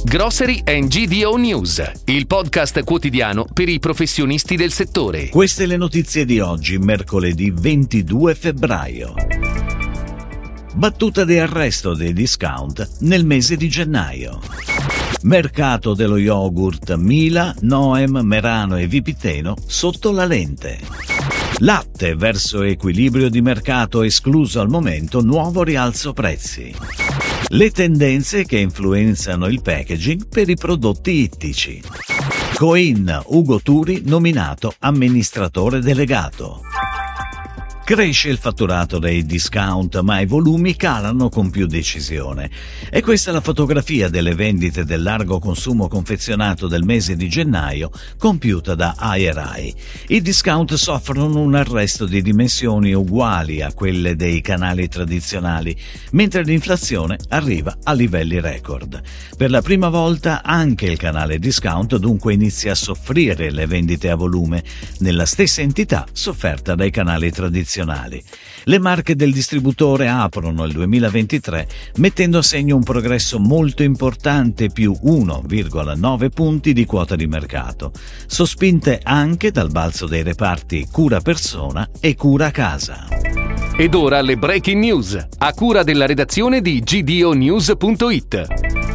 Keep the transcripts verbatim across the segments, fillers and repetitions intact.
Grocery and G D O News, il podcast quotidiano per i professionisti del settore. Queste le notizie di oggi, mercoledì ventidue febbraio. Battuta di arresto dei discount nel mese di gennaio. Mercato dello yogurt Mila, Noem, Merano e Vipiteno sotto la lente. Latte verso equilibrio di mercato, escluso al momento nuovo rialzo prezzi. Le tendenze che influenzano il packaging per i prodotti ittici. Coin, Ugo Turi nominato amministratore delegato. Cresce il fatturato dei discount, ma i volumi calano con più decisione. E questa è la fotografia delle vendite del largo consumo confezionato del mese di gennaio, compiuta da I R I. I discount soffrono un arresto di dimensioni uguali a quelle dei canali tradizionali, mentre l'inflazione arriva a livelli record. Per la prima volta anche il canale discount dunque inizia a soffrire le vendite a volume, nella stessa entità sofferta dai canali tradizionali. Le marche del distributore aprono il duemilaventitré mettendo a segno un progresso molto importante, più uno virgola nove punti di quota di mercato, sospinte anche dal balzo dei reparti cura persona e cura casa. Ed ora le breaking news, a cura della redazione di G D O news punto it.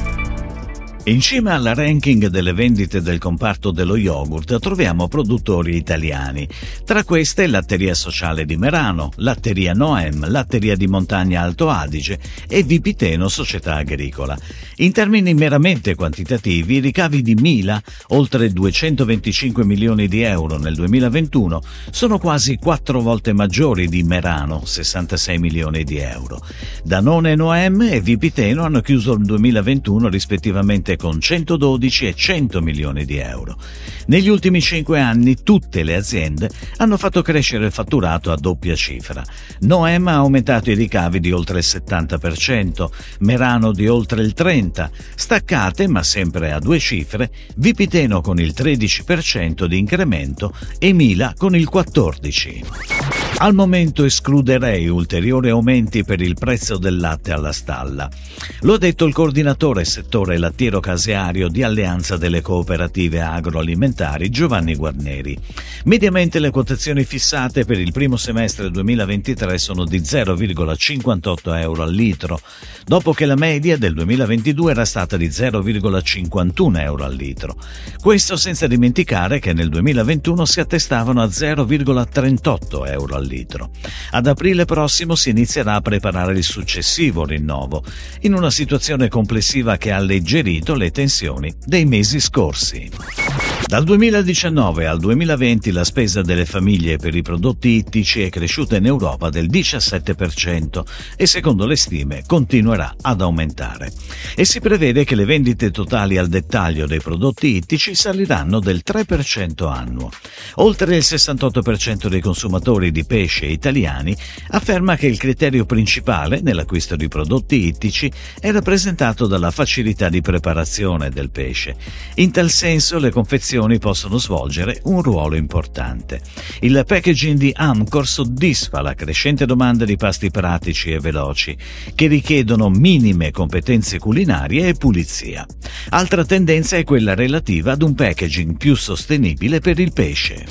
In cima alla ranking delle vendite del comparto dello yogurt troviamo produttori italiani. Tra queste Latteria Sociale di Merano, Latteria Noem, Latteria di Montagna Alto Adige e Vipiteno Società Agricola. In termini meramente quantitativi, i ricavi di Mila, oltre duecentoventicinque milioni di euro nel duemilaventuno, sono quasi quattro volte maggiori di Merano, sessantasei milioni di euro. Danone, Noem e Vipiteno hanno chiuso il duemilaventuno rispettivamente con centododici e cento milioni di euro. Negli ultimi cinque anni tutte le aziende hanno fatto crescere il fatturato a doppia cifra. Noem ha aumentato i ricavi di oltre il settanta per cento, Merano di oltre il trenta per cento, staccate ma sempre a due cifre, Vipiteno con il tredici per cento di incremento e Mila con il quattordici per cento. Al momento escluderei ulteriori aumenti per il prezzo del latte alla stalla. Lo ha detto il coordinatore settore lattiero caseario di Alleanza delle Cooperative Agroalimentari, Giovanni Guarneri. Mediamente le quotazioni fissate per il primo semestre duemilaventitré sono di zero virgola cinquantotto euro al litro, dopo che la media del duemilaventidue era stata di zero virgola cinquantuno euro al litro. Questo senza dimenticare che nel duemilaventuno si attestavano a zero virgola trentotto euro al litro. Ad aprile prossimo si inizierà a preparare il successivo rinnovo, in una situazione complessiva che ha alleggerito le tensioni dei mesi scorsi. Dal duemiladiciannove al duemilaventi la spesa delle famiglie per i prodotti ittici è cresciuta in Europa del diciassette per cento e secondo le stime continuerà ad aumentare. E si prevede che le vendite totali al dettaglio dei prodotti ittici saliranno del tre per cento annuo. Oltre il sessantotto per cento dei consumatori di pesce italiani afferma che il criterio principale nell'acquisto di prodotti ittici è rappresentato dalla facilità di preparazione del pesce. In tal senso le confezioni possono svolgere un ruolo importante. Il packaging di Amcor soddisfa la crescente domanda di pasti pratici e veloci che richiedono minime competenze culinarie e pulizia. Altra tendenza è quella relativa ad un packaging più sostenibile per il pesce.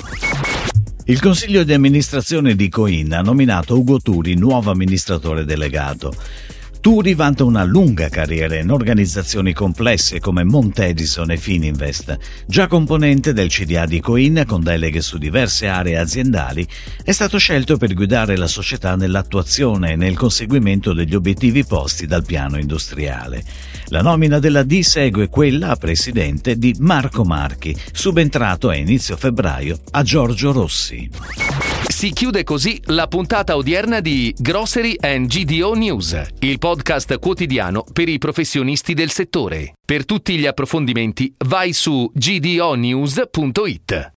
Il consiglio di amministrazione di Coin ha nominato Ugo Turi nuovo amministratore delegato. Turi vanta una lunga carriera in organizzazioni complesse come Montedison e Fininvest. Già componente del C D A di Coin con deleghe su diverse aree aziendali, è stato scelto per guidare la società nell'attuazione e nel conseguimento degli obiettivi posti dal piano industriale. La nomina della D segue quella a presidente di Marco Marchi, subentrato a inizio febbraio a Giorgio Rossi. Si chiude così la puntata odierna di Grocery and G D O News, il podcast quotidiano per i professionisti del settore. Per tutti gli approfondimenti vai su G D O news punto it.